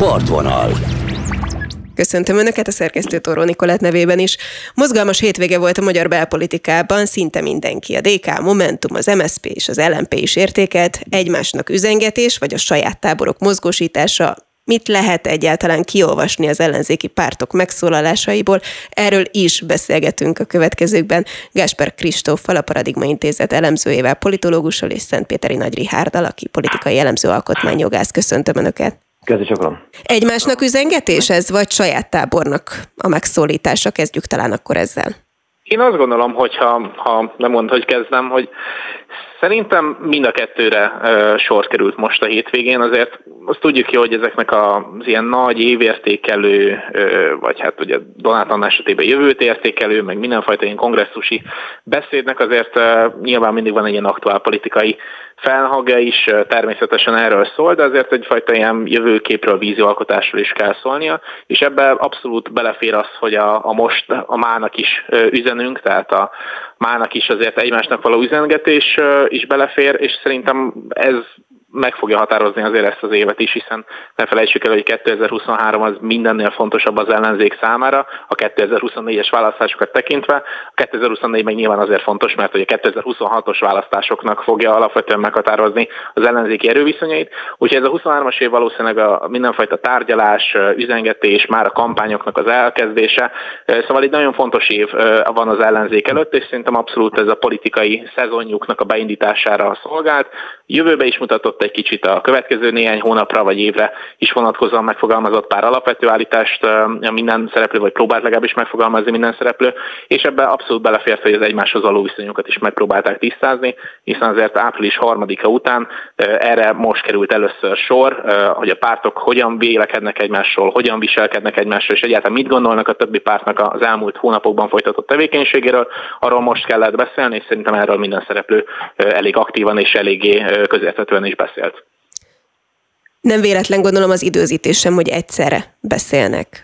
Partvonal. Köszöntöm Önöket a szerkesztő Toró Nikolett nevében is. Mozgalmas hétvége volt a magyar belpolitikában, szinte mindenki, a DK, a Momentum, az MSZP és az LMP is értékelt, egymásnak üzengetés vagy a saját táborok mozgósítása. Mit lehet egyáltalán kiolvasni az ellenzéki pártok megszólalásaiból? Erről is beszélgetünk a következőkben Gáspár Kristóffal, a Paradigma Intézet elemzőjével, politológussal, és Szentpéteri Nagy Richárddal, aki politikai elemző, alkotmányjogász. Köszöntöm Önöket! Köszönöm. Egymásnak üzengetés ez, vagy saját tábornak a megszólítása? Kezdjük talán akkor ezzel. Én azt gondolom, ha nem mondd, hogy kezdem, hogy szerintem mind a kettőre sor került most a hétvégén. Azért azt tudjuk ki, hogy ezeknek az ilyen nagy évértékelő, vagy hát ugye Donát Anna esetében jövőt értékelő, meg mindenfajta ilyen kongresszusi beszédnek azért nyilván mindig van egy ilyen aktuál politikai felhangja is, természetesen erről szól, de azért egyfajta ilyen jövőképről, vízióalkotásról is kell szólnia, és ebben abszolút belefér az, hogy a mának is üzenünk, tehát a mának is azért egymásnak való üzengetés is belefér, és szerintem ez meg fogja határozni azért ezt az évet is, hiszen ne felejtsük el, hogy 2023 az mindennél fontosabb az ellenzék számára, a 2024-es választásokat tekintve. A 2024 meg nyilván azért fontos, mert hogy a 2026-os választásoknak fogja alapvetően meghatározni az ellenzéki erőviszonyait. Úgyhogy ez a 23-as év valószínűleg a mindenfajta tárgyalás, üzengetés, már a kampányoknak az elkezdése. Szóval egy nagyon fontos év van az ellenzék előtt, és szerintem abszolút ez a politikai szezonjuknak a beindítására szolgált. Jövőbe is mutatott egy kicsit a következő néhány hónapra vagy évre is vonatkozóan megfogalmazott pár alapvető állítást minden szereplő, vagy próbált legalábbis megfogalmazni minden szereplő, és ebbe abszolút belefért, hogy az egymáshoz való viszonyukat is megpróbálták tisztázni, hiszen azért április 3-a után erre most került először sor, hogy a pártok hogyan vélekednek egymásról, hogyan viselkednek egymásról, és egyáltalán mit gondolnak a többi pártnak az elmúlt hónapokban folytatott tevékenységéről, arról most kellett beszélni, és szerintem erről minden szereplő elég aktívan és eléggé közérthetően is beszélt. Nem véletlen, gondolom, az időzítés sem, hogy egyszerre beszélnek.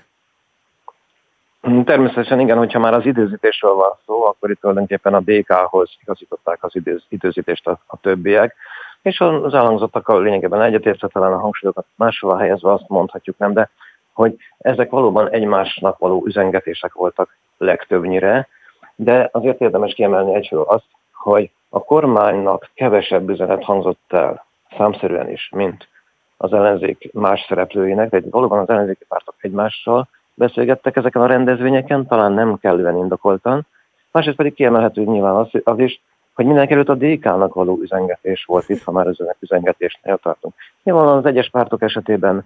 Természetesen igen, hogyha már az időzítésről van szó, akkor itt tulajdonképpen a DK-hoz igazították az időzítést a többiek, és az elhangzottakkal lényegében egyetértve, talán a hangsúlyokat máshol helyezve azt mondhatjuk, nem, de hogy ezek valóban egymásnak való üzengetések voltak legtöbbnyire, de azért érdemes kiemelni egyfelől azt, hogy a kormánynak kevesebb üzenet hangzott el számszerűen is, mint az ellenzék más szereplőinek, de valóban az ellenzéki pártok egymással beszélgettek ezeken a rendezvényeken, talán nem kellően indokoltan. Másrészt pedig kiemelhető nyilván az is, hogy mindenekelőtt a DK-nak való üzengetés volt itt, ha már az üzengetésnél tartunk. Nyilván az egyes pártok esetében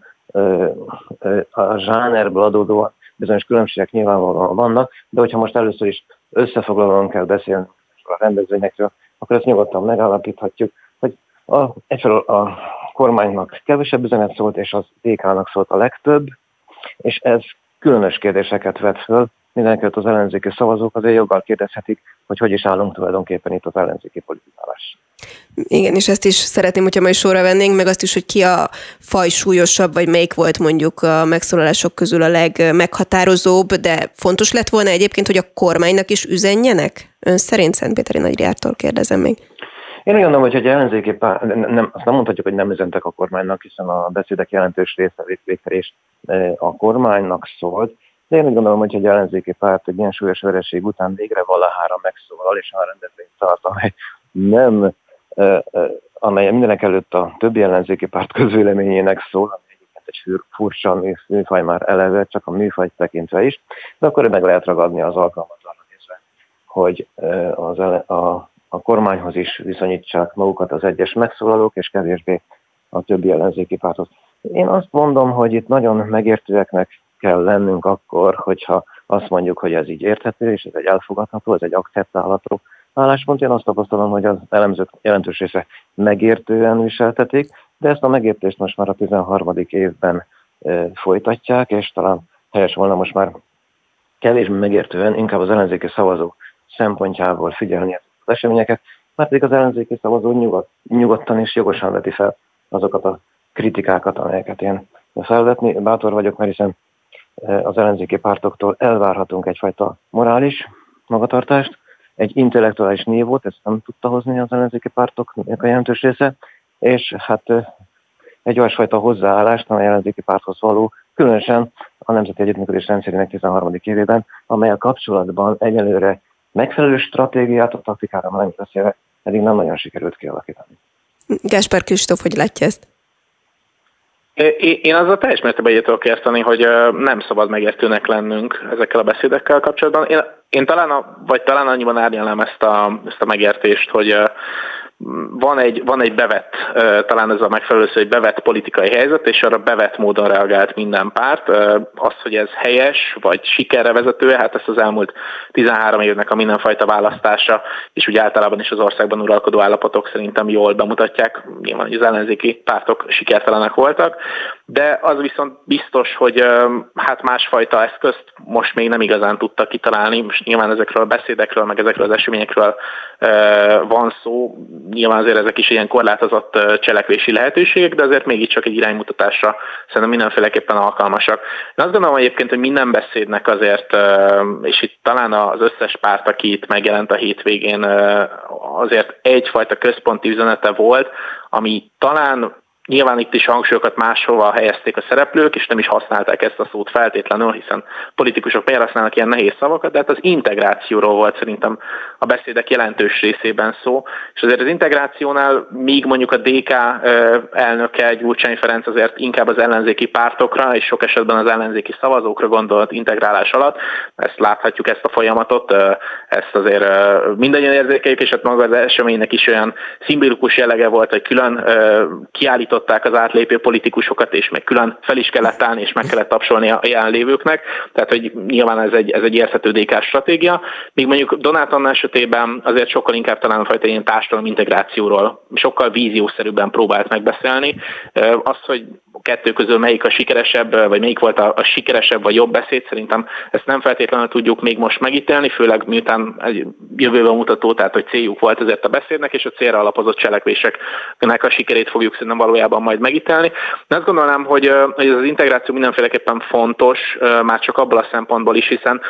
a zsánerből adódóan bizonyos különbségek nyilvánvalóan vannak, de hogyha most először is összefoglalóan kell beszélni a rendezvényekről, akkor ezt nyugodtan megállapíthatjuk, hogy egyfelől a kormánynak kevesebb üzenet szólt, és az DK-nak szólt a legtöbb, és ez különös kérdéseket vet föl. Mindenekelőtt az ellenzéki szavazók azért joggal kérdezhetik, hogy is állunk tulajdonképpen itt az ellenzéki politikálás. Igen, és ezt is szeretném, hogyha majd sorra vennénk, meg azt is, hogy ki a fajsúlyosabb, vagy melyik volt mondjuk a megszólalások közül a legmeghatározóbb, de fontos lett volna egyébként, hogy a kormánynak is üzenjenek? Ön szerint? Szentpéteri Nagy Richárdtól kérdezem még. Én úgy gondolom, hogy ellenzéki azt nem mondhatjuk, hogy nem üzentek a kormánynak, hiszen a beszédek jelentős része végtérés a kormánynak szólt, de én úgy gondolom, hogy egy ellenzéki párt egy ilyen súlyos vereség után végre valahára megszólal, és a rendezvényt tart, amely mindenek előtt a többi ellenzéki párt közvéleményének szól, ami egyébként egy furcsa műfaj már eleve, csak a műfajt tekintve is, de akkor meg lehet ragadni az alkalmat arra nézve, hogy a kormányhoz is viszonyítsák magukat az egyes megszólalók, és kevésbé a többi ellenzéki pártot. Én azt mondom, hogy itt nagyon megértőeknek kell lennünk akkor, hogyha azt mondjuk, hogy ez így érthető, és ez egy elfogadható, ez egy akceptálható álláspont. Én azt tapasztalom, hogy az elemzők jelentős része megértően viseltetik, de ezt a megértést most már a 13. évben folytatják, és talán helyes volna most már kevésbé megértően inkább az ellenzéki szavazó szempontjából figyelni az eseményeket, mert pedig az ellenzéki szavazó nyugodtan és jogosan veti fel azokat a kritikákat, amelyeket én felvetni bátor vagyok, mert hiszen az ellenzéki pártoktól elvárhatunk egyfajta morális magatartást, egy intellektuális nívót, ezt nem tudta hozni az ellenzéki pártoknak a jelentős része, és hát egy olyasfajta hozzáállást a ellenzéki párthoz való, különösen a Nemzeti Együttműködés rendszerének 13. évében, amelyel kapcsolatban egyelőre megfelelő stratégiát, a taktikára már nem beszélve, eddig nem nagyon sikerült kialakítani. Gáspár Kristóf, hogy látja ezt? Én azzal teljes mértékben egyet tudok érteni, hogy nem szabad megértőnek lennünk ezekkel a beszédekkel kapcsolatban. Én talán annyiban árnyalnám ezt a megértést, hogy van egy bevett, talán ez a megfelelő szó, egy bevett politikai helyzet, és arra bevett módon reagált minden párt. Az, hogy ez helyes, vagy sikerre vezető, hát ezt az elmúlt 13 évnek a mindenfajta választása, és úgy általában is az országban uralkodó állapotok szerintem jól bemutatják. Nyilván, hogy az ellenzéki pártok sikertelenek voltak, de az viszont biztos, hogy hát másfajta eszközt most még nem igazán tudtak kitalálni. Most nyilván ezekről a beszédekről, meg ezekről az eseményekről van szó. Nyilván azért ezek is ilyen korlátozott cselekvési lehetőségek, de azért mégiscsak egy iránymutatásra szerintem mindenféleképpen alkalmasak. Én azt gondolom egyébként, hogy minden beszédnek azért, és itt talán az összes párt, aki itt megjelent a hétvégén, azért egyfajta központi üzenete volt, ami talán nyilván itt is hangsúlyokat máshova helyezték a szereplők, és nem is használták ezt a szót feltétlenül, hiszen politikusok miért használnak ilyen nehéz szavakat, de hát az integrációról volt szerintem a beszédek jelentős részében szó, és azért az integrációnál míg mondjuk a DK elnöke Gyurcsány Ferenc azért inkább az ellenzéki pártokra, és sok esetben az ellenzéki szavazókra gondolt integrálás alatt, ezt láthatjuk, ezt a folyamatot, ezt azért mindannyian érzékeljük, és hát maga az eseménynek is olyan szimbolikus jellege volt, hogy külön kiállították az átlépő politikusokat, és meg külön fel is kellett állni, és meg kellett tapsolni a jelenlévőknek, tehát hogy nyilván ez egy érthető DK stratégia, míg mondjuk Donát Anna esetében azért sokkal inkább talán fajta ilyen társadalmi integrációról, sokkal víziószerűbben próbált megbeszélni. Az, hogy a kettő közül melyik a sikeresebb, vagy melyik volt a sikeresebb vagy jobb beszéd, szerintem ezt nem feltétlenül tudjuk még most megítélni, főleg miután egy jövőben mutató, tehát hogy céljuk volt ezért a beszédnek, és a célra alapozott cselekvéseknek a sikerét fogjuk szerintem valójában majd megítélni. De azt gondolnám, hogy ez az integráció mindenféleképpen fontos, már csak abból a szempontból is, hiszen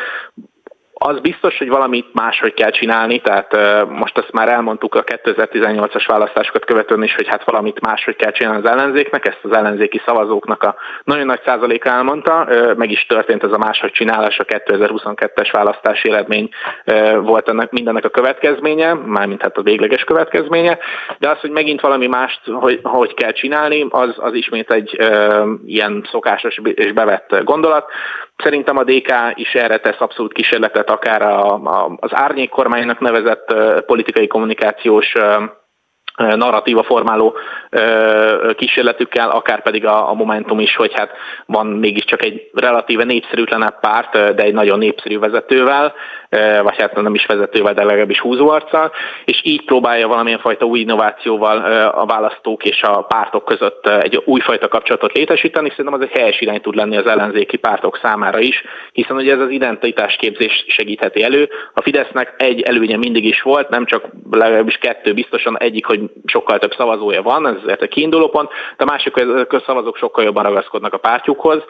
az biztos, hogy valamit máshogy kell csinálni, tehát most ezt már elmondtuk a 2018-as választásokat követően is, hogy hát valamit máshogy kell csinálni az ellenzéknek, ezt az ellenzéki szavazóknak a nagyon nagy százaléka elmondta, meg is történt ez a máshogy csinálás, a 2022-es választási eredmény volt mindennek a következménye, mármint hát a végleges következménye, de az, hogy megint valami mást, hogy kell csinálni, az ismét egy ilyen szokásos és bevett gondolat. Szerintem a DK is erre tesz abszolút kísérletet, akár az árnyék kormánynak nevezett politikai kommunikációs narratíva formáló kísérletükkel, akár pedig a Momentum is, hogy hát van mégiscsak egy relatíve népszerűtlenebb párt, de egy nagyon népszerű vezetővel, vagy hát nem is vezetővel, de legalábbis húzóarccal, és így próbálja valamilyen fajta új innovációval a választók és a pártok között egy újfajta kapcsolatot létesíteni. Szerintem az egy helyes irány tud lenni az ellenzéki pártok számára is, hiszen ugye ez az identitásképzés segítheti elő. A Fidesznek egy előnye mindig is volt, nem csak legalábbis kettő biztosan, egyik, hogy sokkal több szavazója van, ez azért egy kiinduló pont, de a másik, hogy a szavazók sokkal jobban ragaszkodnak a pártjukhoz.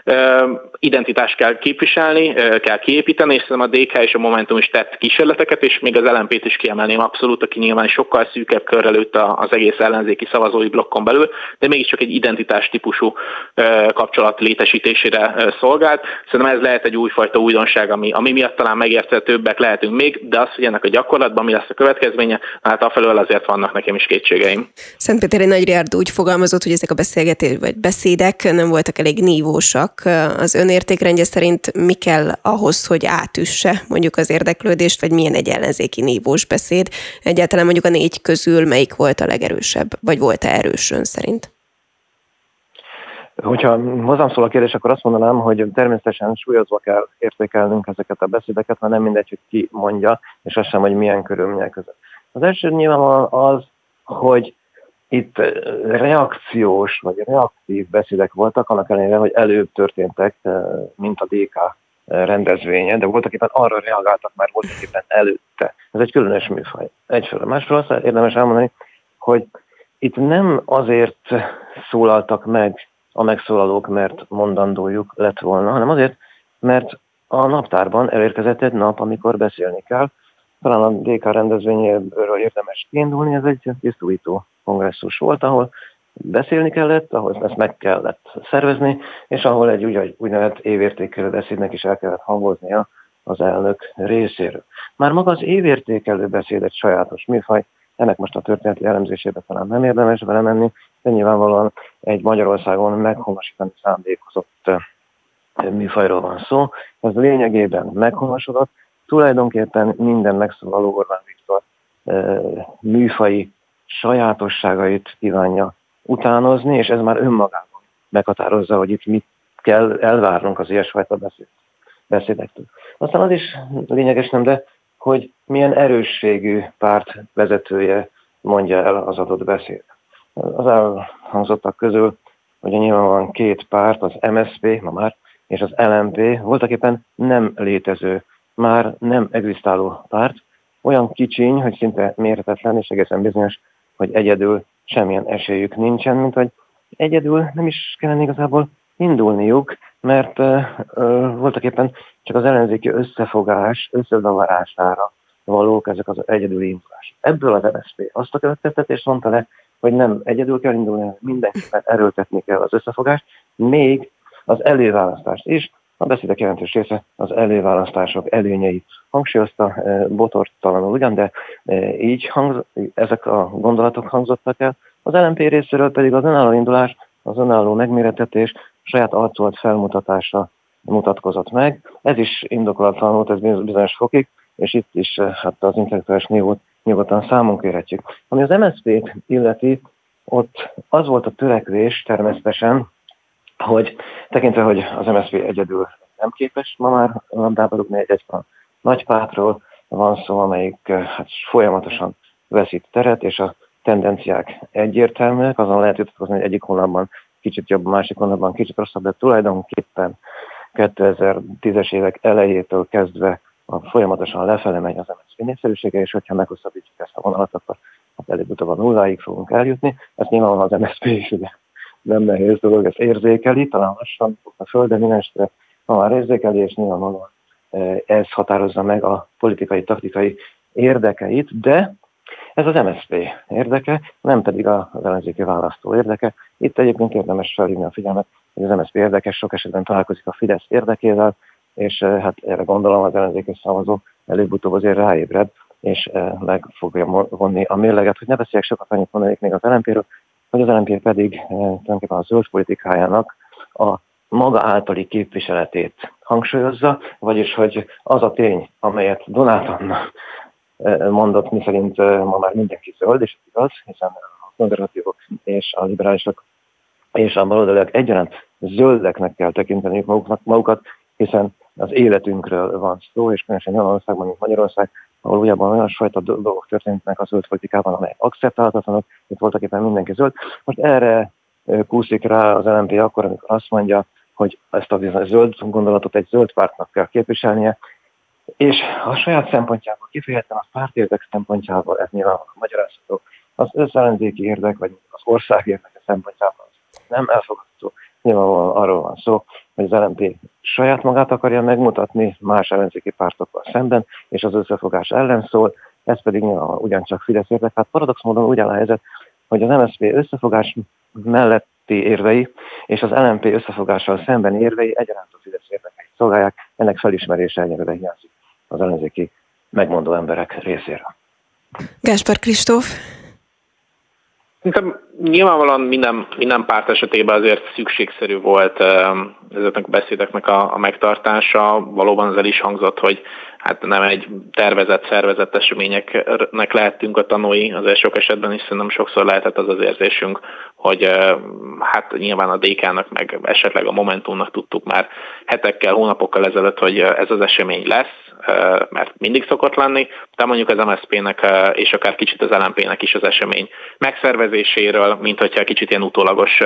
Identitást kell képviselni, kell kiépíteni, és szerintem a DK és a Momentum is tett kísérleteket, és még az LMP-t is kiemelném abszolút, aki nyilván sokkal szűkebb körrel lőtt az egész ellenzéki szavazói blokkon belül, de mégiscsak egy identitás típusú kapcsolat létesítésére szolgált. Szerintem ez lehet egy újfajta újdonság, ami miatt talán megérthetőbbek lehetünk még, de az, hogy ennek a gyakorlatban mi lesz a következménye, hát afelől azért vannak nekem is kétségeim. Szentpéteri Nagyriárd úgy fogalmazott, hogy ezek a beszédek nem voltak elég nívósak. Az ön értékrendje szerint mi kell ahhoz, hogy átüsse mondjuk az érdeklődést, vagy milyen egy ellenzéki nívós beszéd? Egyáltalán mondjuk a 4 közül melyik volt a legerősebb, vagy volt-e erős ön szerint? Hogyha hozzám szól a kérdés, akkor azt mondanám, hogy természetesen súlyozva kell értékelnünk ezeket a beszédeket, mert nem mindegy, hogy ki mondja, és az sem, hogy milyen körülmények között. Az első nyilván az, hogy itt reakciós vagy reaktív beszédek voltak, annak ellenére, hogy előbb történtek, mint a DK rendezvénye, de voltak éppen arra reagáltak már voltak éppen előtte. Ez egy különös műfaj. Egyfelől. Másfelől azt érdemes elmondani, hogy itt nem azért szólaltak meg a megszólalók, mert mondandójuk lett volna, hanem azért, mert a naptárban elérkezett egy nap, amikor beszélni kell. Talán a DK rendezvényéből érdemes kiindulni, ez egy tisztújító kongresszus volt, ahol beszélni kellett, ahol ezt meg kellett szervezni, és ahol egy úgynevezett évértékelő beszédnek is el kellett hangoznia az elnök részéről. Már maga az évértékelő beszéd egy sajátos műfaj, ennek most a történeti elemzésébe talán nem érdemes belemenni, de nyilvánvalóan egy Magyarországon meghonosítani szándékozott műfajról van szó. Ez lényegében meghonosodott, tulajdonképpen minden megszólaló Orbán Viktor műfaji sajátosságait kívánja utánozni, és ez már önmagában meghatározza, hogy itt mit kell elvárnunk az ilyesfajta beszédektől. Aztán az is lényeges, nem, de hogy milyen erősségű párt vezetője mondja el az adott beszéd. Az elhangzottak közül, ugye nyilvánvalóan két párt, az MSZP ma már, és az LMP voltaképpen nem létező, már nem egzisztáló párt, olyan kicsiny, hogy szinte mérhetetlen, és egészen bizonyos, hogy egyedül semmilyen esélyük nincsen, mint hogy egyedül nem is kellene igazából indulniuk, mert voltaképpen csak az ellenzéki összefogás, összezavarására valók ezek az egyedüli indulások. Ebből az MSZP azt a következtetést mondta le, hogy nem egyedül kell indulni, mindenképpen erőltetni kell az összefogást, még az előválasztást is. A beszédek jelentős része az előválasztások előnyeit hangsúlyozta, botortalanul ugyan, de így ezek a gondolatok hangzottak el. Az LMP részéről pedig az önálló indulás, az önálló megmérettetés, saját arcolat felmutatása mutatkozott meg. Ez is indokolatlan, ez bizonyos fokig, és itt is hát az intellektuális nívót nyugodtan számon kérhetjük. Ami az MSZP-t illeti, ott az volt a törekvés természetesen, hogy tekintve, hogy az MSZP egyedül nem képes ma már labdába rúgni, egy nagy pártról van szó, amelyik hát folyamatosan veszít teret, és a tendenciák egyértelműek, azon lehet jutatkozni, hogy egyik hónapban kicsit jobb, a másik hónapban kicsit rosszabb, de tulajdonképpen 2010-es évek elejétől kezdve folyamatosan lefele megy az MSZP népszerűsége, és hogyha meghosszabbítjuk ezt a vonalat, akkor előbb-utóbb a nulláig fogunk eljutni. Ezt nyilvánvalóan az MSZP is ugye nem nehéz dolog, ezt érzékeli, talán lassan fog a föld, de mindenesetre már érzékeli, és nyilvánvalóan ez határozza meg a politikai, taktikai érdekeit, de ez az MSZP érdeke, nem pedig az ellenzéki választó érdeke. Itt egyébként érdemes felhívni a figyelmet, hogy az MSZP érdeke sok esetben találkozik a Fidesz érdekével, és hát erre gondolom az ellenzéki szavazó előbb-utóbb azért ráébred, és meg fogja vonni a mérleget, hogy ne beszéljek sokat, annyit mondanék még az LMP-ről, hogy az LMP pedig tulajdonképpen a zöld politikájának a maga általi képviseletét hangsúlyozza, vagyis hogy az a tény, amelyet Donát Anna mondott, miszerint ma már mindenki zöld, és igaz, hiszen a konzervatívok és a liberálisok és a baloldaliak egyaránt zöldeknek kell tekinteniük magukat, hiszen az életünkről van szó, és különösen olyan országban, mint Magyarország, ahol újabban olyan fajta dolgok történnek a zöld politikában, amelyek akceptálhatatlanok, itt voltak éppen mindenki zöld. Most erre kúszik rá az LMP akkor, amikor azt mondja, hogy ezt a zöld gondolatot egy zöld pártnak kell képviselnie, és a saját szempontjából, kifejezetten a pártérdek szempontjából ez nyilvánvalóan magyarázható. Az összellenzéki érdek, vagy az ország érdeke szempontjából nem elfogadható. Nyilvánvalóan arról van szó, hogy az LMP saját magát akarja megmutatni más ellenzéki pártokkal szemben, és az összefogás ellen szól, ez pedig nyilvánvalóan ugyancsak Fidesz érdek. Hát paradox módon úgy áll a helyzet, hogy az MSZP összefogás melletti érvei és az LMP összefogással szemben érvei egyaránt a Fidesz érdekeit szolgálják, ennek felismerése egyelőre hiányzik az ellenzéki megmondó emberek részéről. Gáspár Kristóf. Szerintem nyilvánvalóan minden párt esetében azért szükségszerű volt ezeknek a beszédeknek a megtartása. Valóban az el is hangzott, hogy hát nem egy szervezett eseményeknek lehettünk a tanúi, azért sok esetben is szerintem sokszor lehetett az érzésünk, hogy hát nyilván a DK-nak meg esetleg a Momentumnak tudtuk már hetekkel, hónapokkal ezelőtt, hogy ez az esemény lesz, mert mindig szokott lenni, de mondjuk az MSZP-nek és akár kicsit az LMP-nek is az esemény megszervezéséről, mint hogyha kicsit ilyen utólagos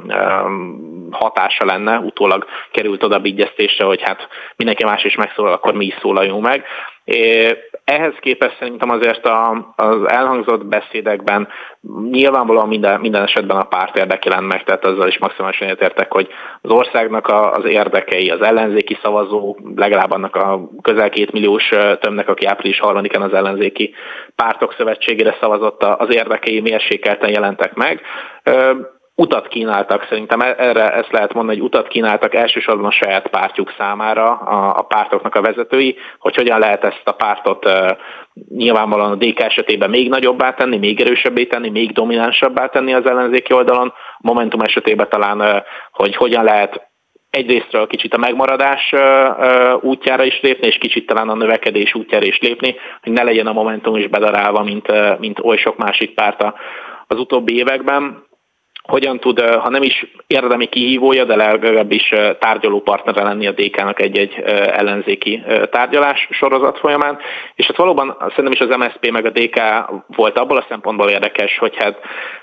hatása lenne, utólag került oda vigyeztésre, hogy hát mindenki más is megszólal, akkor mi is szólaljunk meg. Ehhez képest szerintem azért az elhangzott beszédekben nyilvánvalóan minden esetben a párt érdeke lenne meg, tehát azzal is maximálisan értek, hogy az országnak az érdekei, az ellenzéki szavazó, legalább annak a közel 2 milliós tömnek, aki április 3-án az ellenzéki pártok szövetségére szavazott, az érdekei mérsékelten jelentek meg. utat kínáltak, szerintem erre ezt lehet mondani, hogy utat kínáltak elsősorban a saját pártjuk számára, a pártoknak a vezetői, hogy hogyan lehet ezt a pártot nyilvánvalóan a DK esetében még nagyobbá tenni, még erősebbé tenni, még dominánsabbá tenni az ellenzéki oldalon, a Momentum esetében talán, hogy hogyan lehet egyrésztről kicsit a megmaradás útjára is lépni, és kicsit talán a növekedés útjára is lépni, hogy ne legyen a Momentum is bedarálva, mint oly sok másik párt az utóbbi években. Hogyan tud, ha nem is érdemi kihívója, de legalábbis tárgyaló partnere lenni a DK-nak egy-egy ellenzéki tárgyalás sorozat folyamán. És hát valóban szerintem is az MSZP meg a DK volt abból a szempontból érdekes, hogy hát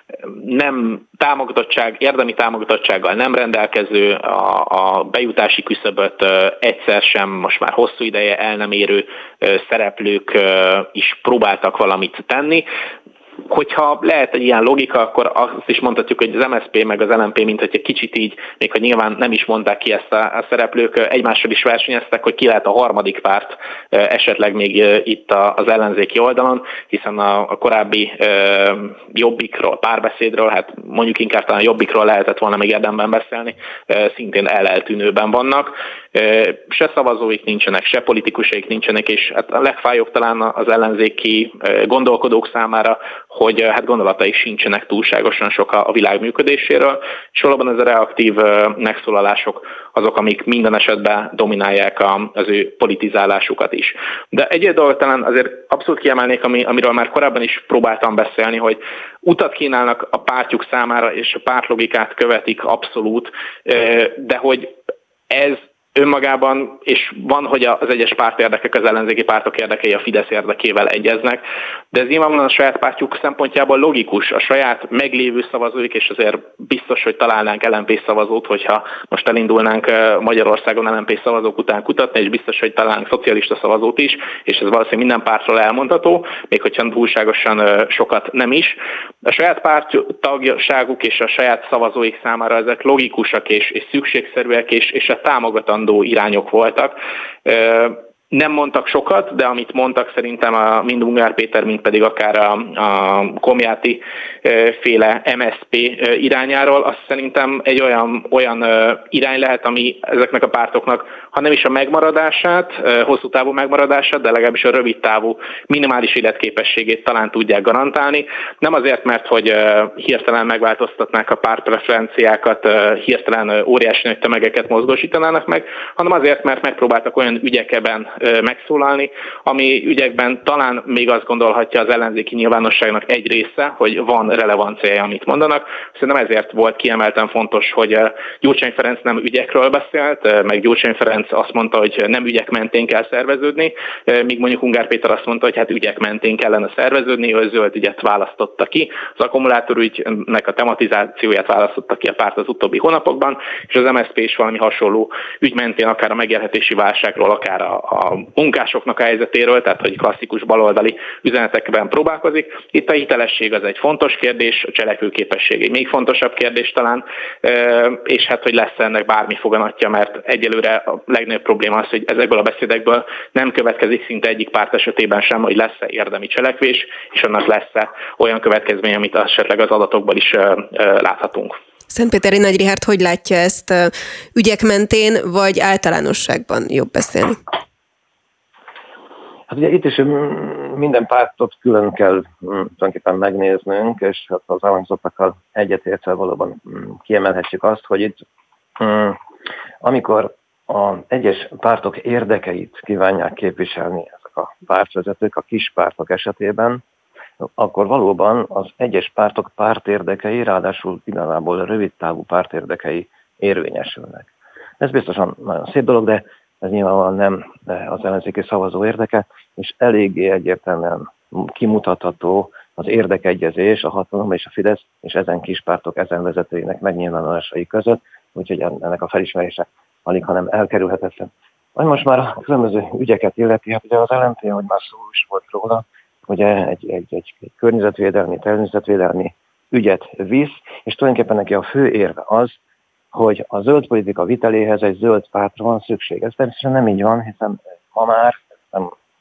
nem érdemi támogatottsággal nem rendelkező, a bejutási küszöböt egyszer sem, most már hosszú ideje el nem érő szereplők is próbáltak valamit tenni. Hogyha lehet egy ilyen logika, akkor azt is mondhatjuk, hogy az MSZP meg az LMP, mint hogy egy kicsit így, még hogy nyilván nem is mondták ki ezt a szereplők, egymással is versenyeztek, hogy ki lehet a harmadik párt esetleg még itt az ellenzéki oldalon, hiszen a korábbi Jobbikról, Párbeszédről, hát mondjuk inkább talán Jobbikról lehetett volna még érdemben beszélni, szintén eltűnőben vannak. Se szavazóik nincsenek, se politikusaik nincsenek, és hát a legfájóbb talán az ellenzéki gondolkodók számára, hogy hát gondolataik sincsenek túlságosan sok a világ működéséről, és valóban ez a reaktív megszólalások azok, amik minden esetben dominálják az ő politizálásukat is. De egy dolgot talán azért abszolút kiemelnék, amiről már korábban is próbáltam beszélni, hogy utat kínálnak a pártjuk számára, és a pártlogikát követik abszolút, de hogy ez önmagában, és van, hogy az egyes pártérdekek, az ellenzéki pártok érdekei a Fidesz érdekével egyeznek, de ez nyilvánvalóan a saját pártjuk szempontjából logikus, a saját meglévő szavazóik, és azért biztos, hogy találnánk LMP szavazót, hogyha most elindulnánk Magyarországon LMP szavazók után kutatni, és biztos, hogy találnánk szocialista szavazót is, és ez valószínűleg minden pártról elmondható, még hogyha túlságosan sokat nem is. A saját párt tagságuk és a saját szavazóik számára ezek logikusak és szükségszerűek, és a támogatandó irányok voltak. Nem mondtak sokat, de amit mondtak szerintem mind Ungár Péter, mind pedig akár a Komjáti féle MSZP irányáról, az szerintem egy olyan irány lehet, ami ezeknek a pártoknak, ha nem is a megmaradását, hosszú távú megmaradását, de legalábbis a rövid távú minimális életképességét talán tudják garantálni. Nem azért, mert hogy hirtelen megváltoztatnák a pártpreferenciákat, hirtelen óriási nagy tömegeket mozgósítanának meg, hanem azért, mert megpróbáltak olyan ügyekben megszólalni, ami ügyekben talán még azt gondolhatja az ellenzéki nyilvánosságnak egy része, hogy van relevanciája, amit mondanak. Szerintem ezért volt kiemelten fontos, hogy Gyurcsány Ferenc nem ügyekről beszélt, meg Gyurcsány Ferenc azt mondta, hogy nem ügyek mentén kell szerveződni, míg mondjuk Ungár Péter azt mondta, hogy hát ügyek mentén kellene szerveződni, ő zöld ügyet választotta ki. Az akkumulátorügynek a tematizációját választotta ki a párt az utóbbi hónapokban, és az MSZP is valami hasonló ügy mentén, akár a megélhetési válságról, akár a munkásoknak a helyzetéről, tehát hogy klasszikus baloldali üzenetekben próbálkozik. Itt a hitelesség az egy fontos kérdés, a cselekvőképesség egy még fontosabb kérdés talán, és hát hogy lesz ennek bármi foganatja, mert egyelőre a legnagyobb probléma az, hogy ezekből a beszédekből nem következik szinte egyik párt esetében sem, hogy lesz-e érdemi cselekvés, és annak lesz-e olyan következmény, amit esetleg az adatokból is láthatunk. Szentpéteri Nagy Richárd hogy látja ezt, ügyek mentén, vagy általánosságban jobb beszélni? Hát ugye itt is minden pártot külön kell tulajdonképpen megnéznünk, és hát az elhangzottakkal egyetértve valóban kiemelhetjük azt, hogy itt amikor az egyes pártok érdekeit kívánják képviselni ezek a pártvezetők, a kis pártok esetében, akkor valóban az egyes pártok pártérdekei, ráadásul igazából rövidtávú pártérdekei érvényesülnek. Ez biztosan nagyon szép dolog, de ez nyilvánvalóan nem az ellenzéki szavazó érdeke, és eléggé egyértelműen kimutatható az érdekegyezés a hatalom és a Fidesz, és ezen kispártok, ezen vezetőinek megnyilvánulásai között, úgyhogy ennek a felismerése alig, hanem elkerülhetetlen. Vagy most már a különböző ügyeket illeti, hát ugye az LMP, hogy már szó is volt róla, ugye egy környezetvédelmi, természetvédelmi ügyet visz, és tulajdonképpen neki a fő érve az, hogy a zöld politika viteléhez egy zöld pártra van szükség. Ez természetesen nem így van, hiszen ma már nem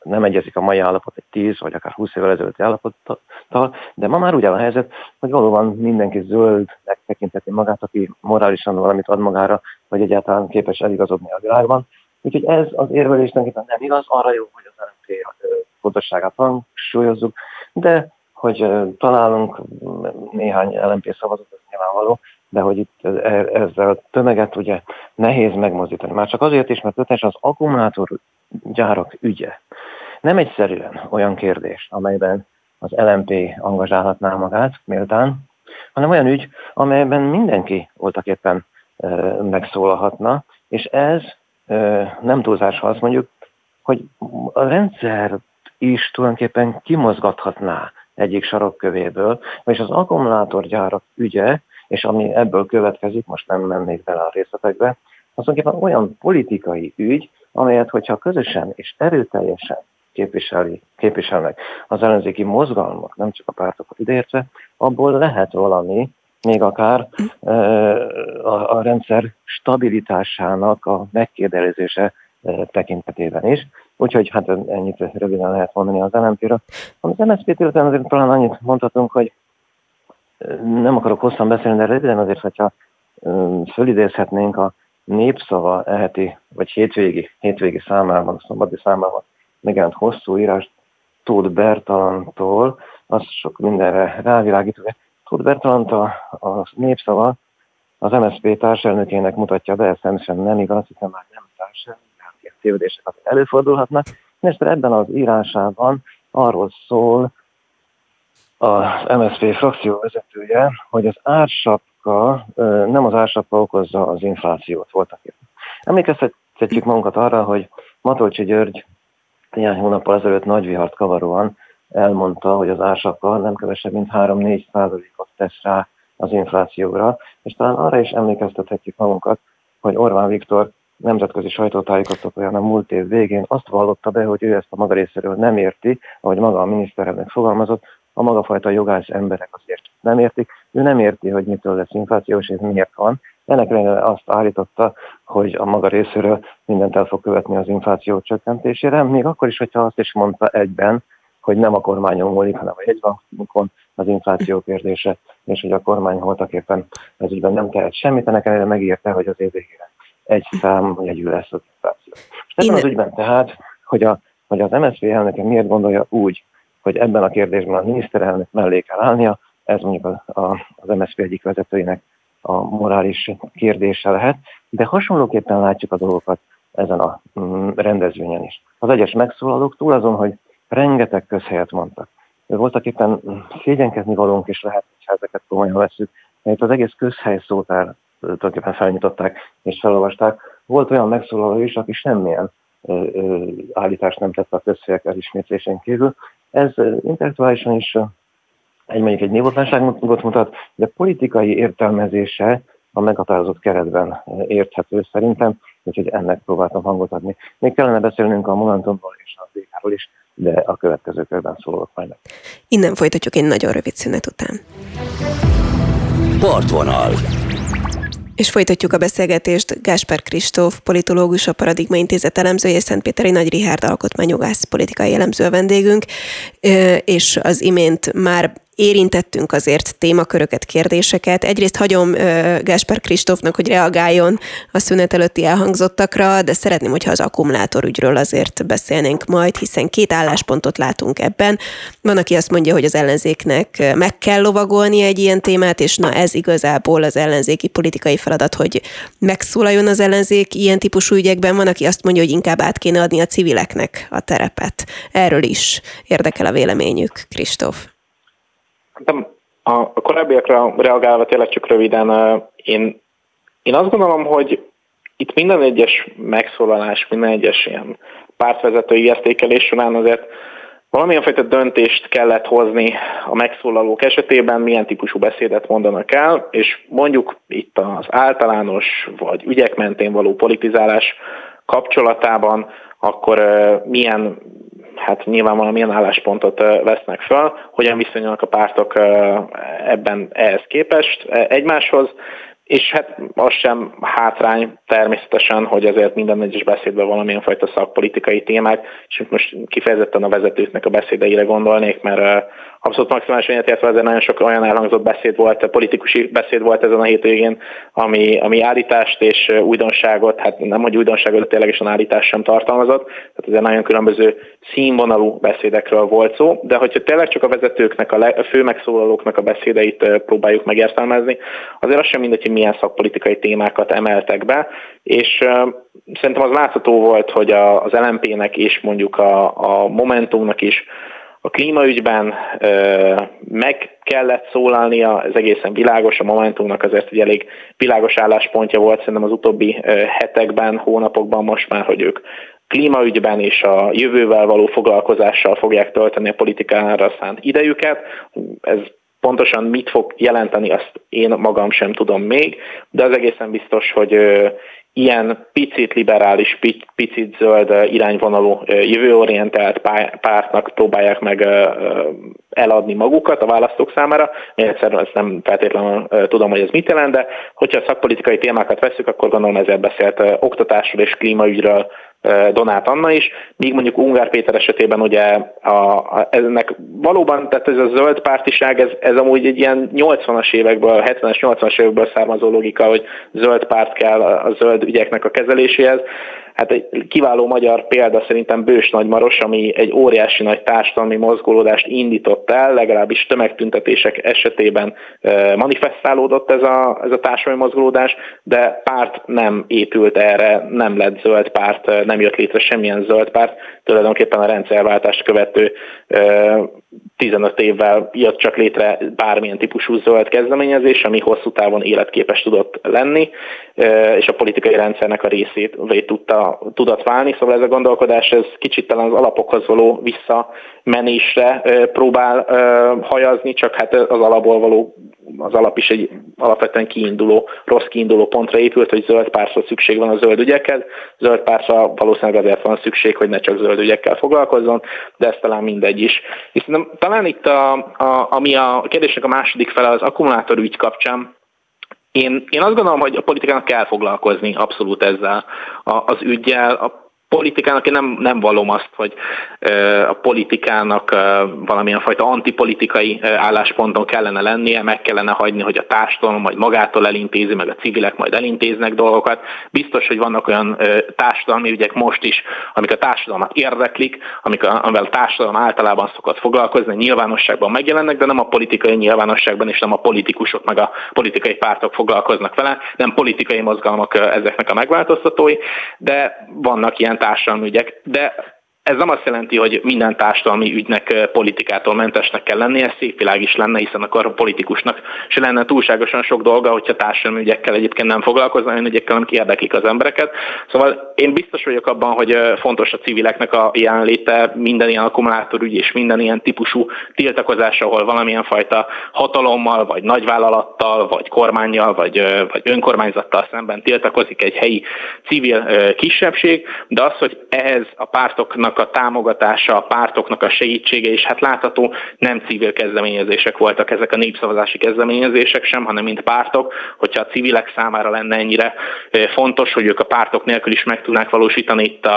nem egyezik a mai állapot egy 10 vagy akár 20 évvel ezelőtti állapottal, de ma már úgy áll a helyzet, hogy valóban mindenki zöldnek tekinteti magát, aki morálisan valamit ad magára, vagy egyáltalán képes eligazodni a világban. Úgyhogy ez az érvelés nem igaz, arra jó, hogy az LMP fontosságát hangsúlyozzuk, de hogy találunk néhány LMP szavazatot, nyilvánvaló, de hogy itt ezzel a tömeget ugye nehéz megmozdítani. Már csak azért is, mert az akkumulátorgyárak ügye nem egyszerűen olyan kérdés, amelyben az LMP angazsálhatná magát méltán, hanem olyan ügy, amelyben mindenki voltaképpen megszólalhatna, és ez nem túlzás, ha azt mondjuk, hogy a rendszer is tulajdonképpen kimozgathatná egyik sarokkövéből, és az akkumulátorgyárak ügye, és ami ebből következik, most nem mennék bele a részletekbe, az tulajdonképpen olyan politikai ügy, amelyet, hogyha közösen és erőteljesen képviselnek az ellenzéki mozgalmak, nem csak a pártokat ideértve, abból lehet valami, még akár a rendszer stabilitásának a megkérdezése tekintetében is. Úgyhogy hát ennyit röviden lehet mondani az LMP-ről. Az MSZP-t illetően azért talán annyit mondhatunk, hogy nem akarok hosszan beszélni, de röviden azért, hogyha fölidézhetnénk a Népszava eheti, vagy hétvégi számában, a szombati számában megjelent hosszú írást Tóth Bertalantól, az sok mindenre rávilágít. Tóth Bertalant a Népszava az MSZP társelnökének mutatja be, ez természetesen nem igaz, hiszen már nem társelnök, ilyen tévedések előfordulhatnak. És ebben az írásában arról szól az MSZP frakció vezetője, hogy az ársapka, nem az ársapka okozza az inflációt voltak éppen. Emlékeztetjük magunkat arra, hogy Matolcsy György néhány hónappal ezelőtt nagy vihart kavaróan elmondta, hogy az ársapka nem kevesebb, mint 3-4%-ot tesz rá az inflációra, és talán arra is emlékeztethetjük magunkat, hogy Orbán Viktor nemzetközi sajtótájékoztatóján a múlt év végén azt vallotta be, hogy ő ezt a maga részéről nem érti, ahogy maga a miniszterelnök fogalmazott, a magafajta jogász emberek azért nem értik. Ő nem érti, hogy mitől lesz inflációs, és miért van. Ennek ellenére azt állította, hogy a maga részéről mindent el fog követni az infláció csökkentésére, még akkor is, hogyha azt is mondta egyben, hogy nem a kormányon múlik, hanem a jegybankon az infláció kérdése, és hogy a kormány voltaképpen ez ügyben nem tehet semmit, ennek ellenére megírta, hogy az év végére egy számjegyű lesz az infláció. És ebben az ügyben tehát, hogy az MSZP elnöke miért gondolja úgy, hogy ebben a kérdésben a miniszterelnök mellé kell állnia, ez mondjuk az MSZP egyik vezetőinek a morális kérdése lehet, de hasonlóképpen látjuk a dolgokat ezen a rendezvényen is. Az egyes megszólalók túl azon, hogy rengeteg közhelyet mondtak. Voltak éppen szégyenkezni valónk is lehet, ha ezeket komolyan veszük, mert az egész közhely szótár tulajdonképpen felnyitották és felolvasták. Volt olyan megszólaló is, aki semmilyen állítást nem tett a közhelyek elismétlésén kívül. Ez intellektuálisan is mondjuk egy névotlanságot mutat, de politikai értelmezése a meghatározott keretben érthető szerintem, úgyhogy ennek próbáltam hangot adni. Még kellene beszélnünk a Momentumról és a DK-ról is, de a következő körben szólok majd meg. Innen folytatjuk egy nagyon rövid szünet után. Partvonal. És folytatjuk a beszélgetést. Gáspár Kristóf, politológus, a Paradigma Intézet elemzője, Szentpéteri Nagy Richárd alkotmányjogász, politikai elemző a vendégünk, és az imént már érintettünk azért témaköröket, kérdéseket. Egyrészt hagyom Gáspár Kristófnak, hogy reagáljon a szünet előtti elhangzottakra, de szeretném, hogyha az akkumulátorügyről azért beszélnénk majd, hiszen két álláspontot látunk ebben. Van, aki azt mondja, hogy az ellenzéknek meg kell lovagolni egy ilyen témát, és na ez igazából az ellenzéki politikai feladat, hogy megszólaljon az ellenzék ilyen típusú ügyekben. Van, aki azt mondja, hogy inkább át kéne adni a civileknek a terepet. Erről is érdekel a véleményük, Kristóf. A korábbiakra reagálva tényleg csak röviden, én azt gondolom, hogy itt minden egyes megszólalás, minden egyes ilyen pártvezetői értékelés során azért valamilyen fajta döntést kellett hozni a megszólalók esetében, milyen típusú beszédet mondanak el, és mondjuk itt az általános vagy ügyek mentén való politizálás kapcsolatában, akkor milyen, hát nyilvánvalóan milyen álláspontot vesznek fel, hogyan viszonyulnak a pártok ebben ehhez képest egymáshoz, És hát az sem hátrány természetesen, hogy azért minden egyes beszédben valamilyen fajta szakpolitikai témák, és most kifejezetten a vezetőknek a beszédeire gondolnék, mert abszolút maximálisan egyetértve azért nagyon sok olyan elhangzott beszéd volt, politikusi beszéd volt ezen a hétvégén, ami állítást és újdonságot, hát nem hogy újdonságot, de ténylegesen állítást sem tartalmazott, tehát azért nagyon különböző színvonalú beszédekről volt szó, de hogyha tényleg csak a vezetőknek, a fő megszólalóknak a beszédeit próbáljuk megértelmezni, azért az sem mindegy, hogy milyen szakpolitikai témákat emeltek be, és szerintem az látható volt, hogy az LMP-nek és mondjuk a Momentumnak is a klímaügyben meg kellett szólalnia, ez egészen világos, a Momentumnak azért egy elég világos álláspontja volt szerintem az utóbbi hetekben, hónapokban most már, hogy ők klímaügyben és a jövővel való foglalkozással fogják tölteni a politikára szánt idejüket. Ez pontosan mit fog jelenteni, azt én magam sem tudom még, de az egészen biztos, hogy ilyen picit liberális, picit zöld irányvonalú, jövőorientált pártnak próbálják meg eladni magukat a választók számára. Én egyszerűen ezt nem feltétlenül tudom, hogy ez mit jelent, de hogyha a szakpolitikai témákat veszük, akkor gondolom ezért beszélt oktatásról és klímaügyről Donát Anna is, míg mondjuk Ungár Péter esetében ugye ennek valóban, tehát ez a zöld pártiság, ez amúgy egy ilyen 80-as évekből, 70-es, 80-as évekből származó logika, hogy zöld párt kell a zöld ügyeknek a kezeléséhez. Hát egy kiváló magyar példa szerintem Bős Nagymaros, ami egy óriási nagy társadalmi mozgolódást indított el, legalábbis tömegtüntetések esetében manifestálódott ez a társadalmi mozgolódás, de párt nem épült erre, nem lett zöld párt, nem jött létre semmilyen zöld párt, tulajdonképpen a rendszerváltást követő 15 évvel jött csak létre bármilyen típusú zöld kezdeményezés, ami hosszú távon életképes tudott lenni, és a politikai rendszernek a részét tudott válni. Szóval ez a gondolkodás, ez kicsit talán az alapokhoz való visszamenésre próbál hajazni, csak hát az alap is egy alapvetően rossz kiinduló pontra épült, hogy zöld pártra szükség van a zöld ügyekhez. Zöld pártra valószínűleg azért van szükség, hogy ne csak zöld ügyekkel foglalkozzon, de ez talán mindegy is. És talán itt ami a kérdésnek a második fele az akkumulátorügy kapcsán, én azt gondolom, hogy a politikának kell foglalkozni abszolút ezzel az üggyel. A politikának én nem vallom azt, hogy a politikának valamilyen fajta antipolitikai állásponton kellene lennie, meg kellene hagyni, hogy a társadalom majd magától elintézi, meg a civilek majd elintéznek dolgokat. Biztos, hogy vannak olyan társadalmi ügyek most is, amik a társadalmat érdeklik, amivel a társadalom általában szokott foglalkozni, nyilvánosságban megjelennek, de nem a politikai nyilvánosságban, és nem a politikusok meg a politikai pártok foglalkoznak vele, nem politikai mozgalmak ezeknek a megváltoztatói, de vannak ilyen társadalmi ügyek, de ez nem azt jelenti, hogy minden társadalmi ügynek politikától mentesnek kell lennie, ez szép világ is lenne, hiszen akkor a politikusnak se lenne túlságosan sok dolga, hogyha társadalmi ügyekkel egyébként nem foglalkozna, olyan ügyekkel, amik érdeklik az embereket. Szóval én biztos vagyok abban, hogy fontos a civileknek a jelenléte minden ilyen akkumulátorügy és minden ilyen típusú tiltakozás, ahol valamilyen fajta hatalommal, vagy nagyvállalattal, vagy kormánnyal, vagy önkormányzattal szemben tiltakozik egy helyi civil kisebbség, de az, hogy ehhez a pártoknak a támogatása, a pártoknak a segítsége, és hát látható, nem civil kezdeményezések voltak ezek a népszavazási kezdeményezések sem, hanem mint pártok, hogyha a civilek számára lenne ennyire fontos, hogy ők a pártok nélkül is meg tudnák valósítani itt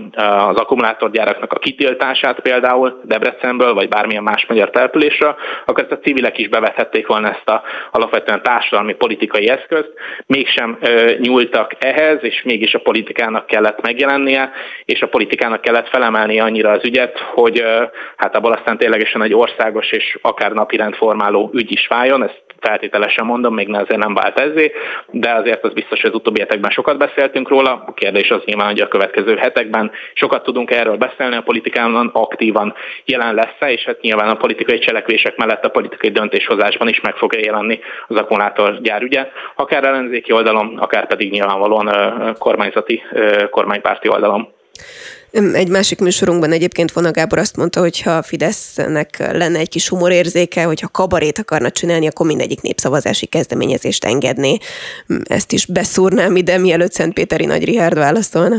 az akkumulátorgyáraknak a kitiltását például Debrecenből, vagy bármilyen más magyar településről, akkor ezt a civilek is bevethették volna ezt a alapvetően társadalmi politikai eszközt, mégsem nyúltak ehhez, és mégis a politikának kellett megjelennie, és a politikának kellett felemelni annyira az ügyet, hogy hát abból aztán ténylegesen egy országos és akár napirend formáló ügy is váljon, ezt feltételesen mondom, még azért nem vált ezzé, de azért az biztos, hogy az utóbbi hetekben sokat beszéltünk róla. A kérdés az nyilván, hogy a következő hetekben sokat tudunk erről beszélni, a politikában aktívan jelen lesz, és hát nyilván a politikai cselekvések mellett a politikai döntéshozásban is meg fogja jelenni az akkumulátorgyár ügye, akár ellenzéki oldalon, akár pedig nyilvánvalóan kormánypárti oldalon. Egy másik műsorunkban egyébként Vona Gábor azt mondta, hogy ha a Fidesznek lenne egy kis humorérzéke, hogyha kabarét akarna csinálni, akkor mindegyik népszavazási kezdeményezést engedné. Ezt is beszúrnám ide, mielőtt Szentpéteri Nagy Richárd válaszolna.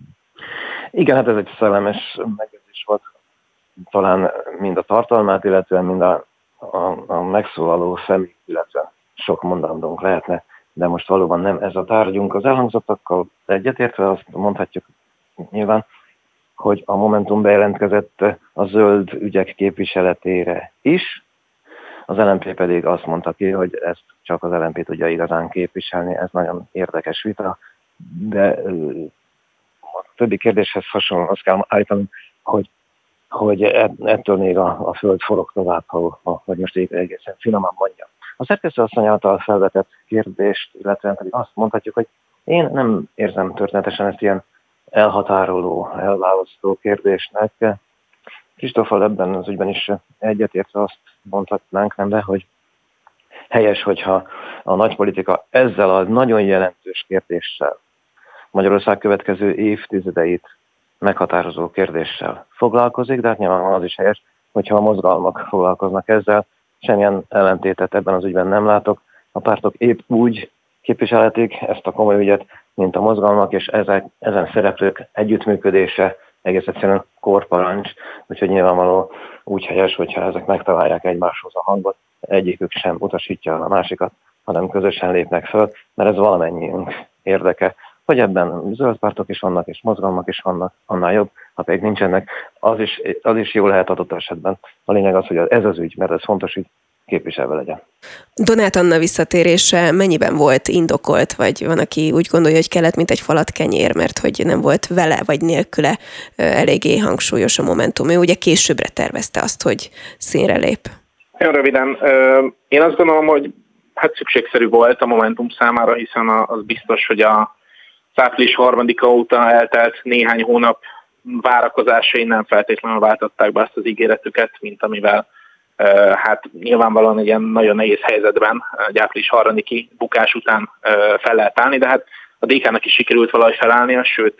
Igen, hát ez egy szellemes megjegyzés volt. Talán mind a tartalmát, illetve mind a megszólaló személy, illetve sok mondandónk lehetne de most valóban nem ez a tárgyunk. Az elhangzottakkal egyetértve azt mondhatjuk nyilván, hogy a Momentum bejelentkezett a zöld ügyek képviseletére is, az LMP pedig azt mondta ki, hogy ezt csak az LMP tudja igazán képviselni, ez nagyon érdekes vita, de a többi kérdéshez hasonlóan azt kell állítani, hogy ettől még a föld forog tovább, hogy most egészen finoman mondjam. A szerkesztőasszony által felvetett kérdést, illetve pedig azt mondhatjuk, hogy én nem érzem történetesen ezt ilyen elhatároló, elválasztó kérdésnek. Kristóffal ebben az ügyben is egyetértve azt mondhatnánk, nem, de hogy helyes, hogyha a nagypolitika ezzel a nagyon jelentős kérdéssel, Magyarország következő évtizedeit meghatározó kérdéssel foglalkozik, de hát nyilván az is helyes, hogyha a mozgalmak foglalkoznak ezzel. Semmilyen ellentétet ebben az ügyben nem látok. A pártok épp úgy képviselhetik ezt a komoly ügyet, mint a mozgalmak, és ezen szereplők együttműködése egész egyszerűen korparancs, úgyhogy nyilvánvaló úgy helyes, hogyha ezek megtalálják egymáshoz a hangot, egyikük sem utasítja a másikat, hanem közösen lépnek föl, mert ez valamennyiünk érdeke. Hogy ebben zöld pártok is vannak, és mozgalmak is vannak, annál jobb, ha pedig nincsenek, az is jó lehet adott esetben. A lényeg az, hogy ez az ügy, mert ez fontos ügy, képviselve legyen. Donát Anna visszatérése mennyiben volt indokolt, vagy van, aki úgy gondolja, hogy kellett, mint egy falat kenyér, mert hogy nem volt vele vagy nélküle eléggé hangsúlyos a Momentum. Ő ugye későbbre tervezte azt, hogy színre lép. Nagyon röviden. Én azt gondolom, hogy hát szükségszerű volt a Momentum számára, hiszen az biztos, hogy a április 3-a óta eltelt néhány hónap várakozásai nem feltétlenül váltották be azt az ígéretüket, mint amivel hát nyilvánvalóan egy ilyen nagyon nehéz helyzetben, egy április 3-i bukás után fel lehet állni, de hát a DK-nak is sikerült valahogy felállnia, sőt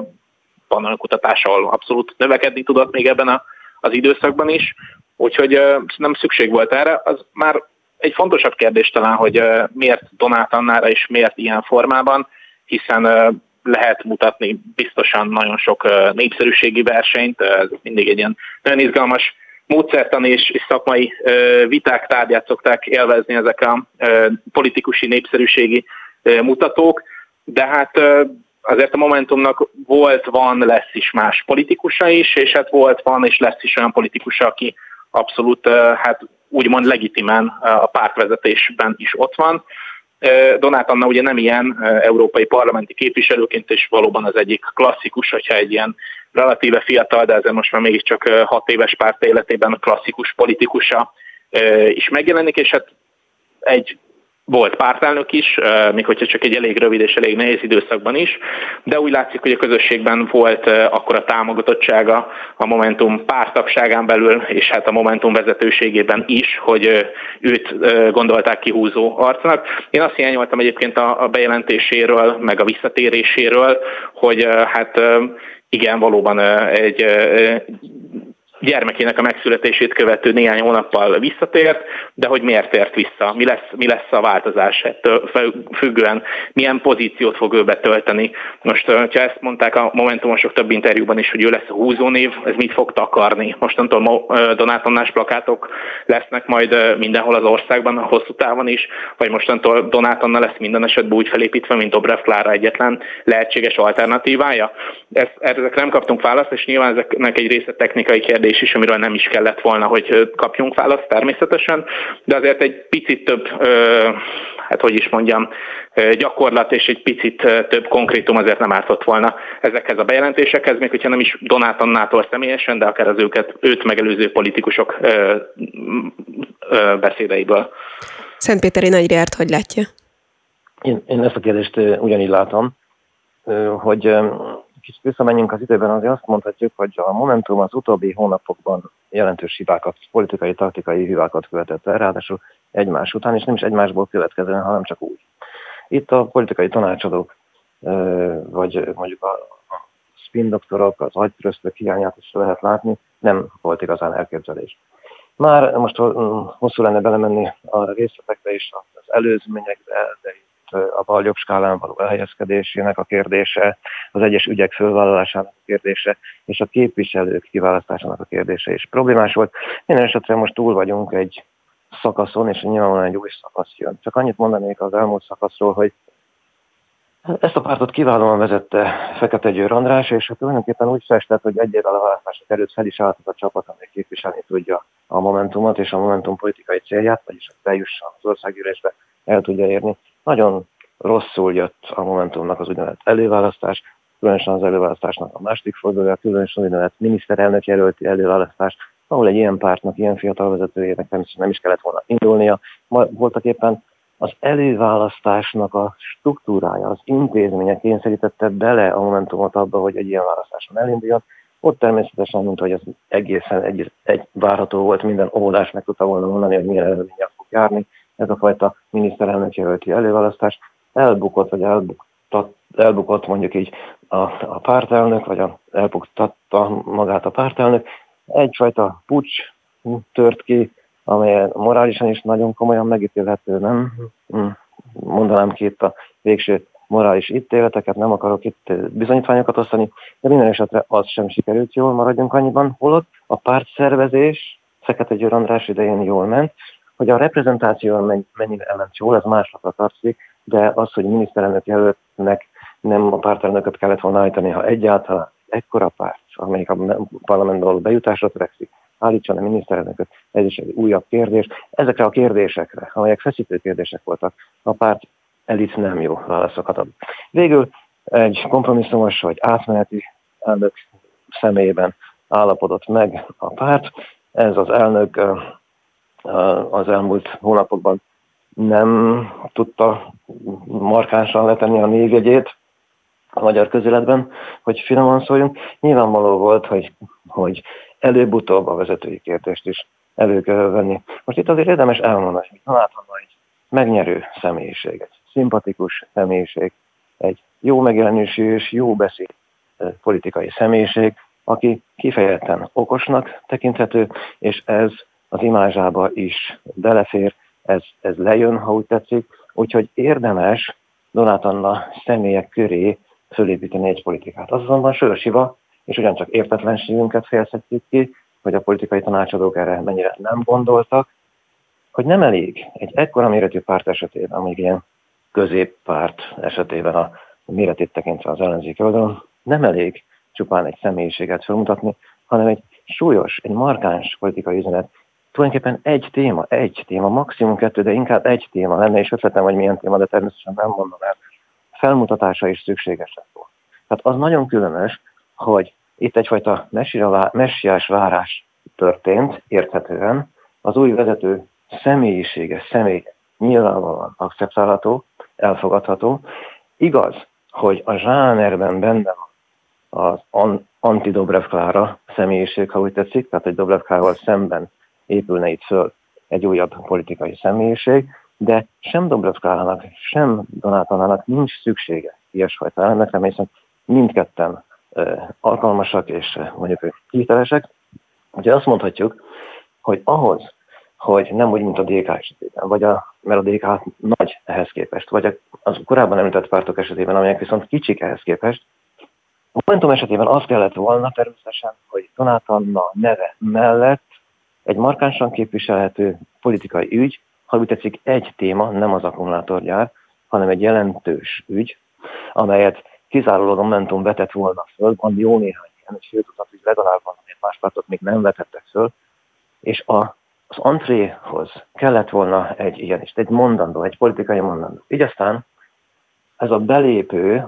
van olyan kutatás, ahol abszolút növekedni tudott még ebben az időszakban is, úgyhogy nem szükség volt erre. Az már egy fontosabb kérdés talán, hogy miért Donát Annára és miért ilyen formában, hiszen lehet mutatni biztosan nagyon sok népszerűségi versenyt, ez mindig egy ilyen nagyon izgalmas módszertani és szakmai viták tárgyát szokták élvezni ezek a politikusi népszerűségi mutatók, de hát azért a Momentumnak van, lesz is más politikusa is, és hát van és lesz is olyan politikusa, aki abszolút hát úgymond legitimen a pártvezetésben is ott van. Donát Anna ugye nem ilyen európai parlamenti képviselőként, és valóban az egyik klasszikus, hogyha egy ilyen relatíve fiatal, de ezzel most már mégiscsak 6 éves párt életében a klasszikus politikusa is megjelenik, és hát egy volt pártelnök is, még hogyha csak egy elég rövid és elég nehéz időszakban is, de úgy látszik, hogy a közösségben volt akkora támogatottsága a Momentum párttagságán belül, és hát a Momentum vezetőségében is, hogy őt gondolták kihúzó arcnak. Én azt hiányoltam egyébként a bejelentéséről, meg a visszatéréséről, hogy hát igen, valóban egy gyermekének a megszületését követő néhány hónappal visszatért, de hogy miért tért vissza, mi lesz a változás ettől függően, milyen pozíciót fog ő betölteni. Most, ha ezt mondták a Momentumosok több interjúban is, hogy ő lesz a húzónév, ez mit fog takarni? Mostantól Donát Annás plakátok lesznek majd mindenhol az országban, hosszú távon is, vagy mostantól Donát Anna lesz minden esetben úgy felépítve, mint Dobrev Klára egyetlen lehetséges alternatívája? Ezekre nem kaptunk választ, és nyilván ezeknek egy része technikai kérdés is, amiről nem is kellett volna, hogy kapjunk választ természetesen, de azért egy picit több, hát hogy is mondjam, gyakorlat és egy picit több konkrétum azért nem ártott volna ezekhez a bejelentésekhez, még hogyha nem is Donát Annától személyesen, de akár az őt megelőző politikusok beszédeiből. Szentpéteri Nagy Riárt hogy látja? Én ezt a kérdést ugyanígy látom, hogy kicsit visszamenjünk az időben, azért azt mondhatjuk, hogy a Momentum az utóbbi hónapokban jelentős hibákat, politikai, taktikai hibákat követett el, ráadásul egymás után, és nem is egymásból következően, hanem csak úgy. Itt a politikai tanácsadók, vagy mondjuk a spin doktorok, az agytröztök hiányát is lehet látni, nem volt igazán elképzelés. Már most hosszú lenne belemenni a részletekbe és az előzményekbe, de a bal-jobb skálán való elhelyezkedésének a kérdése, az egyes ügyek fölvállalásának a kérdése, és a képviselők kiválasztásának a kérdése is problémás volt. Minden esetre most túl vagyunk egy szakaszon, és nyilvánvalóan egy új szakasz jön. Csak annyit mondanék az elmúlt szakaszról, hogy ezt a pártot kiválóan vezette Fekete Győr András, és tulajdonképpen úgy festett, hogy egy évvel a választások előtt fel is állt a csapat, amely képviselni tudja a Momentumot és a Momentum politikai célját, vagyis hogy bejusson az országgyűlésbe, el tudja érni. Nagyon rosszul jött a Momentumnak az úgynevezett előválasztás, különösen az előválasztásnak a második fordulója, különösen az úgynevezett miniszterelnök jelölti előválasztás, ahol egy ilyen pártnak, ilyen fiatal vezetőjének természetesen nem is kellett volna indulnia. Voltak éppen az előválasztásnak a struktúrája, az intézmények kényszerítette bele a Momentumot abba, hogy egy ilyen választáson elinduljon. Ott természetesen, mint hogy ez egészen egy várható volt, minden óvodás meg tudta volna mondani, hogy milyen eredmények fog járni. Ez a fajta miniszterelnök jelölti előválasztás elbukott mondjuk így a pártelnök, vagy elbuktatta magát a pártelnök. Egyfajta puccs tört ki, amely morálisan is nagyon komolyan megítélhető, nem? Mondanám ki itt a végső morális ítéleteket, nem akarok itt bizonyítványokat osztani, de minden esetre az sem sikerült jól, maradjunk annyiban, holott a pártszervezés Fekete Győr András idején jól ment, hogy a reprezentáció mennyire ment jól, ez másra tartozik, de az, hogy miniszterelnök jelöltnek nem a pártelnököt kellett volna állítani, ha egyáltalán ekkora párt, amelyik a parlamentben való bejutásra törekszik, állítson a miniszterelnököt, ez is egy újabb kérdés. Ezekre a kérdésekre, amelyek feszítő kérdések voltak, a párt elit nem jó válaszokat ad. Végül egy kompromisszumos vagy átmeneti elnök személyében állapodott meg a párt. Ez az elnök az elmúlt hónapokban nem tudta markánsan letenni a névjegyét a magyar közéletben, hogy finoman szóljunk. Nyilvánvaló volt, hogy előbb-utóbb a vezetői kérdést is elő kell venni. Most itt azért érdemes elmondani, hogy Donát egy megnyerő személyiség, egy szimpatikus személyiség, egy jó megjelenésű és jó beszéd politikai személyiség, aki kifejezetten okosnak tekinthető, és ez az imázsába is belefér, ez lejön, ha úgy tetszik, úgyhogy érdemes Donát Anna személyek köré fölépíteni egy politikát. Az azonban sörsiva, és ugyancsak értetlenségünket fejezhetjük ki, hogy a politikai tanácsadók erre mennyire nem gondoltak, hogy nem elég egy ekkora méretű párt esetében, amíg ilyen középpárt esetében a méretét tekintve az ellenzéki oldalon, nem elég csupán egy személyiséget felmutatni, hanem egy súlyos, egy markáns politikai üzenet. Tulajdonképpen egy téma, maximum 2, de inkább egy téma lenne, és ötletem, hogy milyen téma, de természetesen nem mondom el, felmutatása is szükséges lett volna. Tehát az nagyon különös, hogy itt egyfajta messiás várás történt, érthetően, az új vezető személy nyilvánvalóan akceptálható, elfogadható. Igaz, hogy a zsánerben benne van az anti-Dobrev Klára személyiség, ha úgy tetszik, tehát egy Dobrev Klárával szemben épülne itt föl egy újabb politikai személyiség, de sem Dobrev Klárának, sem Donát Annának nincs szüksége ilyesfajta elemekre, hiszen mindketten alkalmasak és mondjuk hitelesek. Ugye azt mondhatjuk, hogy ahhoz, hogy nem úgy, mint a DK esetében, mert a DK nagy ehhez képest, vagy az korábban említett pártok esetében, amelyek viszont kicsik ehhez képest, a Momentum esetében az kellett volna természetesen, hogy Donát Anna neve mellett egy markánsan képviselhető politikai ügy, ha úgy tetszik, egy téma, nem az akkumulátorgyár, hanem egy jelentős ügy, amelyet kizárólag a Momentum vetett volna föl, van jó néhány ilyen, és féltudat, hogy legalább van, amelyet más pártok még nem vetettek föl, és az entréhoz kellett volna egy ilyen is, egy mondandó, egy politikai mondandó. Így aztán ez a belépő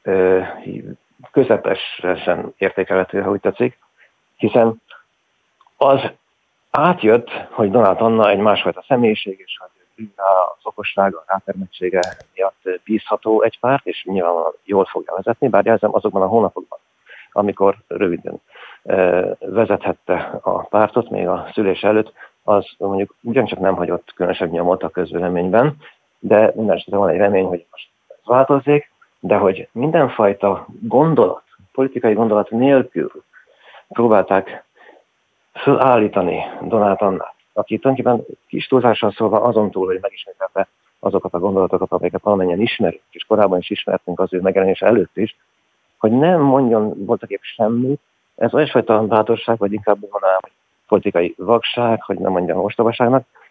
közepesen értékelhető, ha úgy tetszik, hiszen az átjött, hogy Donát Anna egy másfajta személyiség, és hogy az okossága, a rátermettsége miatt bízható egy párt, és nyilvánvalóan jól fogja vezetni, bár jelzem azokban a hónapokban, amikor röviden vezethette a pártot, még a szülés előtt, az mondjuk ugyancsak nem hagyott különösebb nyomot a közvéleményben, de minden esetre van egy remény, hogy most ez változik, de hogy mindenfajta gondolat, politikai gondolat nélkül próbálták fölállítani Donát Annát, aki tulajdonképpen kis túlzással szólva azon túl, hogy megismételte azokat a gondolatokat, amelyeket valamennyien ismerünk, és korábban is ismertünk az ő megjelenése előtt is, hogy nem mondjon voltaképp semmit, ez olyasfajta bátorság, vagy inkább mondanám, hogy politikai vakság, hogy nem mondjam ostobaságnak,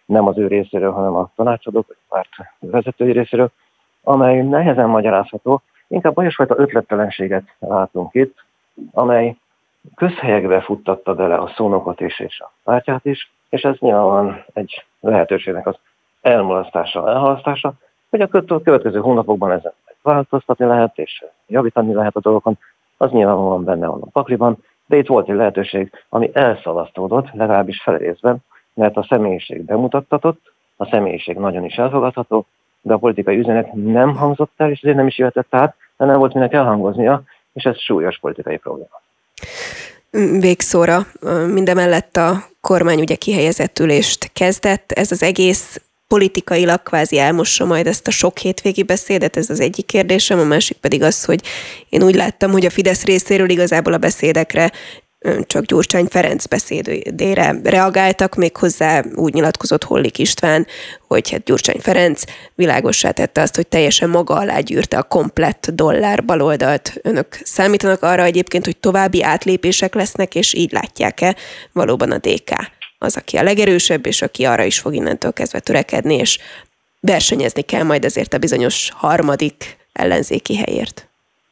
nem az ő részéről, hanem a tanácsadók, vagy a párt vezetői részéről, amely nehezen magyarázható, inkább olyasfajta ötlettelenséget látunk itt, amely közhelyekbe futtatta bele a szónokot és a pártját is, és ez nyilván egy lehetőségnek az elhalasztása, hogy a következő hónapokban ezen változtatni lehet, és javítani lehet a dolgokon, az nyilvánvalóan benne van a pakliban, de itt volt egy lehetőség, ami elszalasztódott, legalábbis fel részben, mert a személyiség bemutattatott, a személyiség nagyon is elfogadható, de a politikai üzenet nem hangzott el, és ezért nem is jöhetett át, mert nem volt minek elhangoznia, és ez súlyos politikai probléma. Végszóra mindemellett a kormány ugye kihelyezett ülést kezdett, ez az egész politikailag kvázi elmossa majd ezt a sok hétvégi beszédet, ez az egyik kérdésem, a másik pedig az, hogy én úgy láttam, hogy a Fidesz részéről igazából a beszédekre csak Gyurcsány Ferenc beszédére reagáltak, méghozzá úgy nyilatkozott Hollik István, hogy hát Gyurcsány Ferenc világossá tette azt, hogy teljesen maga alá gyűrte a komplett dollár baloldalt. Önök számítanak arra egyébként, hogy további átlépések lesznek, és így látják-e valóban a DK az, aki a legerősebb, és aki arra is fog innentől kezdve törekedni, és versenyezni kell majd ezért a bizonyos harmadik ellenzéki helyért?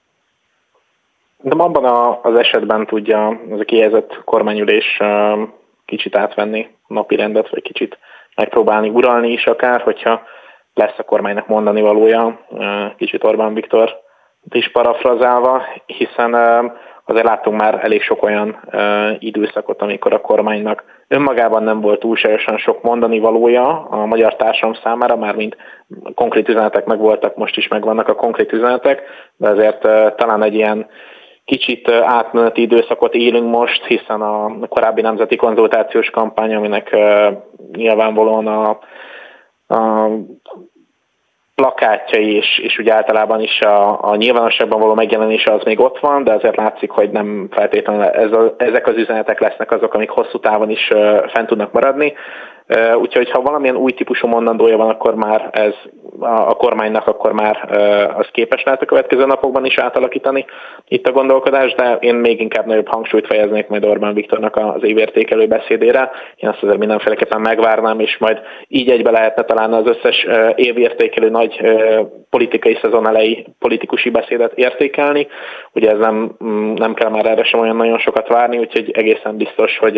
De abban az esetben tudja az a kihelyezett kormányülés kicsit átvenni a napi rendet, vagy kicsit megpróbálni uralni is akár, hogyha lesz a kormánynak mondani valója, kicsit Orbán Viktor is parafrazálva, hiszen azért láttunk már elég sok olyan időszakot, amikor a kormánynak önmagában nem volt túlságosan sok mondani valója a magyar társadalom számára, mármint konkrét üzenetek megvoltak, most is megvannak a konkrét üzenetek, de azért talán egy ilyen kicsit átmeneti időszakot élünk most, hiszen a korábbi nemzeti konzultációs kampány, aminek nyilvánvalóan a plakátjai és úgy általában is a nyilvánosságban való megjelenése az még ott van, de azért látszik, hogy nem feltétlenül ezek az üzenetek lesznek azok, amik hosszú távon is fent tudnak maradni. Úgyhogy ha valamilyen új típusú mondandója van, akkor már ez a kormánynak, akkor már az képes lehet a következő napokban is átalakítani itt a gondolkodást, de én még inkább nagyobb hangsúlyt fejeznék majd Orbán Viktornak az évértékelő beszédére. Én azt azért mindenféleképpen megvárnám, és majd így egybe lehetne talán az összes évértékelő nagy politikai szezon elejé politikusi beszédet értékelni. Ugye ez nem kell már erre sem olyan nagyon sokat várni, úgyhogy egészen biztos, hogy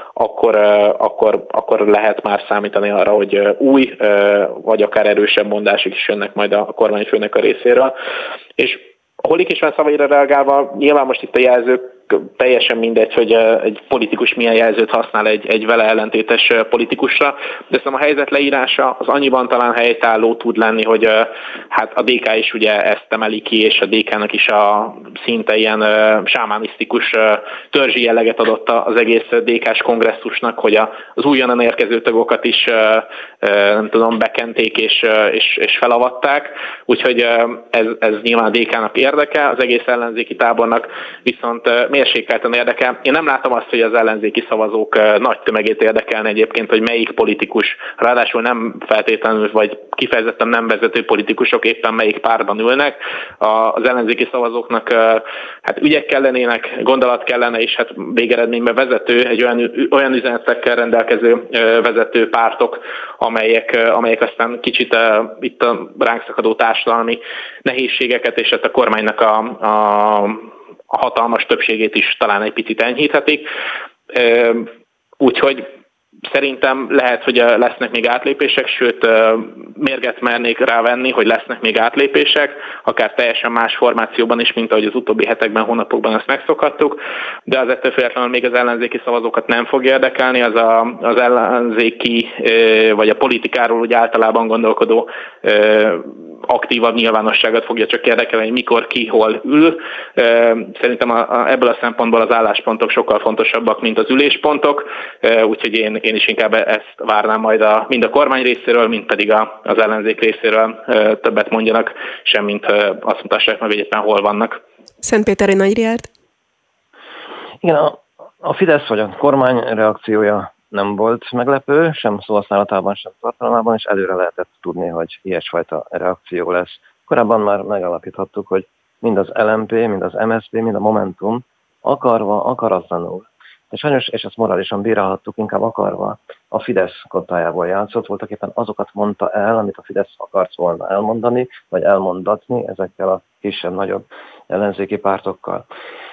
akkor lehet már számítani arra, hogy új, vagy akár erősebb mondások is jönnek majd a kormányfőnek a részéről. És Hollik István szavaira reagálva, nyilván most itt a jelzők teljesen mindegy, hogy egy politikus milyen jelzőt használ egy vele ellentétes politikusra, de szerintem a helyzet leírása az annyiban talán helytálló tud lenni, hogy hát a DK is ugye ezt emeli ki, és a DK-nak is a szinte ilyen sámánisztikus törzsi jelleget adott az egész DK-s kongresszusnak, hogy az újonnan érkező tagokat is nem tudom, bekenték és felavatták, úgyhogy ez nyilván a DK-nak érdeke, az egész ellenzéki tábornak viszont mérsékelten érdekel. Én nem látom azt, hogy az ellenzéki szavazók nagy tömegét érdekelne egyébként, hogy melyik politikus, ráadásul nem feltétlenül, vagy kifejezetten nem vezető politikusok éppen melyik pártban ülnek. Az ellenzéki szavazóknak hát ügyek kellenének, gondolat kellene, és hát végeredményben vezető, egy olyan üzenetekkel rendelkező vezető pártok, amelyek aztán kicsit itt a ránk szakadó társadalmi nehézségeket, és hát a kormánynak a hatalmas többségét is talán egy picit enyhíthetik. Úgyhogy szerintem lehet, hogy lesznek még átlépések, sőt, mérget mernék rávenni, hogy lesznek még átlépések, akár teljesen más formációban is, mint ahogy az utóbbi hetekben, hónapokban ezt megszokhattuk, de az ettől függetlenül még az ellenzéki szavazókat nem fog érdekelni, az ellenzéki, vagy a politikáról úgy általában gondolkodó aktívabb nyilvánosságot fogja csak érdekelni, hogy mikor, ki, hol ül. Szerintem ebből a szempontból az álláspontok sokkal fontosabbak, mint az üléspontok, úgyhogy én is inkább ezt várnám majd mind a kormány részéről, mint pedig az ellenzék részéről többet mondjanak, semmint azt mutassák meg, hogy éppen hol vannak. Szentpéteri Nagy Riárd. Igen, a Fidesz vagy a kormány reakciója nem volt meglepő, sem szóhasználatában, sem tartalmában, és előre lehetett tudni, hogy ilyesfajta reakció lesz. Korábban már megalapíthattuk, hogy mind az LMP, mind az MSZP, mind a Momentum akaratlanul és sajnos, és ezt morálisan bírálhattuk, inkább akarva, a Fidesz kottájából játszott, voltak éppen azokat mondta el, amit a Fidesz akart volna elmondani, vagy elmondatni ezekkel a kisebb-nagyobb ellenzéki pártokkal.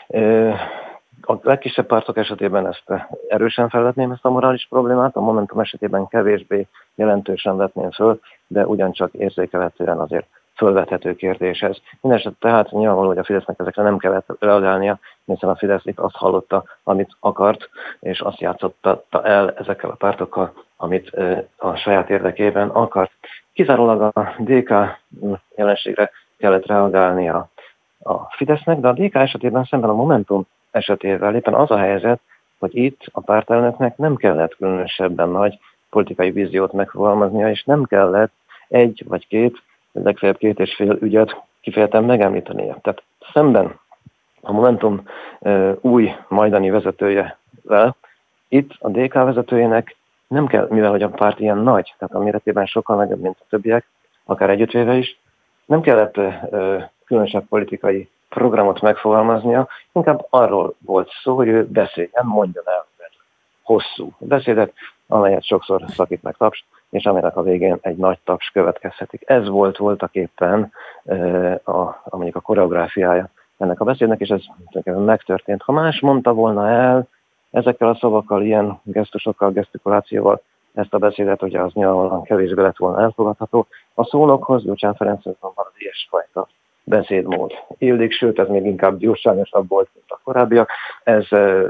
A legkisebb pártok esetében ezt erősen felvetném, ezt a morális problémát, a Momentum esetében kevésbé jelentősen vetném föl, de ugyancsak érzékelhetően azért fölvethető kérdés ez. Mindenesetre tehát nyilvánvaló, hogy a Fidesznek ezekre nem kellett reagálnia, hiszen a Fidesz itt azt hallotta, amit akart, és azt játszotta el ezekkel a pártokkal, amit a saját érdekében akart. Kizárólag a DK jelenségre kellett reagálnia a Fidesznek, de a DK esetében szemben a Momentum esetével éppen az a helyzet, hogy itt a pártelnöknek nem kellett különösebben nagy politikai víziót megfogalmaznia, és nem kellett egy vagy két, legfeljebb 2,5 ügyet kifejezetten megemlítenie. Tehát szemben a Momentum új majdani vezetőjevel, itt a DK vezetőjének nem kell, mivel hogy a párt ilyen nagy, tehát a méretében sokkal nagyobb, mint a többiek, akár együttvéve is, nem kellett különösebb politikai programot megfogalmaznia, inkább arról volt szó, hogy ő beszéljen, mondjon el hosszú beszédet, amelyet sokszor szakít meg taps, és aminek a végén egy nagy taps következhetik. Ez volt voltak éppen mondjuk a koreográfiája ennek a beszédnek, és ez megtörtént. Ha más mondta volna el ezekkel a szavakkal, ilyen gesztusokkal, gesztikulációval ezt a beszédet, ugye az nyilvánvalóan kevésbé lett volna elfogadható. A szónokhoz Gyurcsány Ferencnek van ilyesfajta beszédmód illik, sőt, ez még inkább gyorsányosabb volt, mint a korábbiak. Ez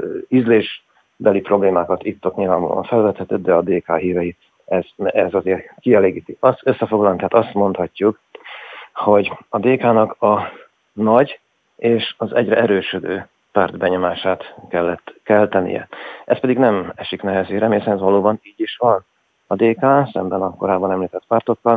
ízlésbeli problémákat itt-ott nyilvánvalóan felvethetett, de a DK hívei ez azért kielégíti. Összefoglalóan, tehát azt mondhatjuk, hogy a DK-nak a nagy és az egyre erősödő pártbenyomását kellett keltenie. Ez pedig nem esik nehezére, hiszen ez valóban így is van. A DK szemben a korábban említett pártokkal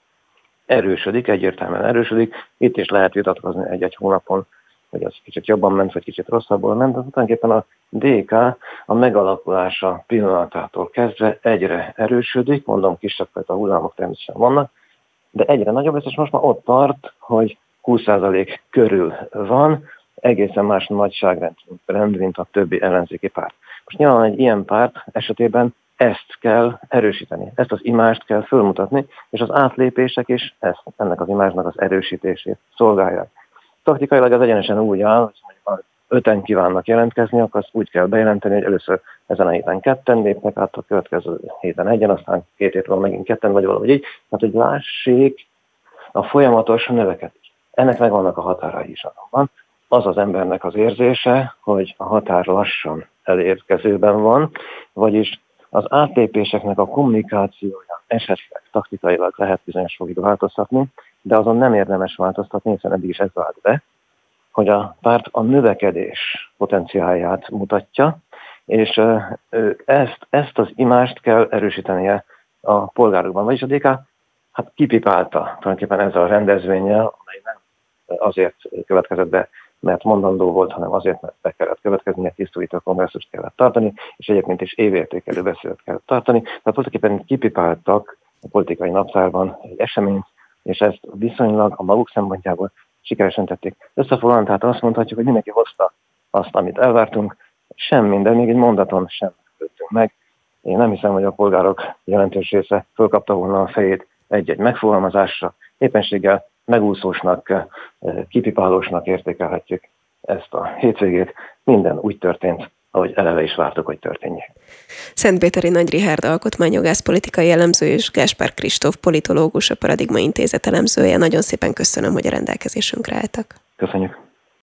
erősödik, egyértelműen erősödik. Itt is lehet vitatkozni egy-egy hónapon, hogy az kicsit jobban ment, vagy kicsit rosszabbul ment, de tulajdonképpen a DK a megalakulása pillanatától kezdve egyre erősödik, mondom, kisebb fajta hullámok természetesen vannak, de egyre nagyobb, és most már ott tart, hogy 20% körül van, egészen más nagyságrend, mint a többi ellenzéki párt. Most nyilván egy ilyen párt esetében ezt kell erősíteni, ezt az imást kell fölmutatni, és az átlépések is ennek az imázsnak az erősítését szolgálják. Taktikailag ez egyenesen úgy áll, hogy mondjuk 5-en kívánnak jelentkezni, akkor azt úgy kell bejelenteni, hogy először ezen a héten 2-en lépnek át, a következő héten 1-en, aztán 2 hét van megint 2-en, vagy valahogy így. Tehát, hogy lássék a folyamatos növekedés. Ennek megvannak a határai is azonban. Az az embernek az érzése, hogy a határ lassan elérkezőben van, vagyis az átlépéseknek a kommunikációja esetleg taktikailag lehet bizonyos fokig változtatni, de azon nem érdemes változtatni, hiszen eddig is ez vált be, hogy a párt a növekedés potenciálját mutatja, és ezt az imást kell erősítenie a polgárokban. Vagyis a DK kipipálta tulajdonképpen ezzel a rendezvénnyel, amely nem azért következett be, mert mondandó volt, hanem azért, mert be kellett következni, egy tisztújító kongresszust kellett tartani, és egyébként is évértékelő beszédet kellett tartani. Tehát voltaképpen kipipáltak a politikai naptárban egy eseményt, és ezt viszonylag a maguk szempontjából sikeresen tették. Összefoglalóan tehát azt mondhatjuk, hogy mindenki hozta azt, amit elvártunk, semmi, de még egy mondaton sem lőttünk meg. Én nem hiszem, hogy a polgárok jelentős része fölkapta volna a fejét egy-egy megfogalmazásra, éppenséggel megúszósnak, kipipálósnak értékelhetjük ezt a hétvégét. Minden úgy történt, ahogy eleve is vártuk, hogy történjék. Szentpéteri Nagy Richárd alkotmányjogász, politikai elemző és Gáspár Kristóf politológus, a Paradigma Intézet elemzője. Nagyon szépen köszönöm, hogy a rendelkezésünkre álltak. Köszönjük.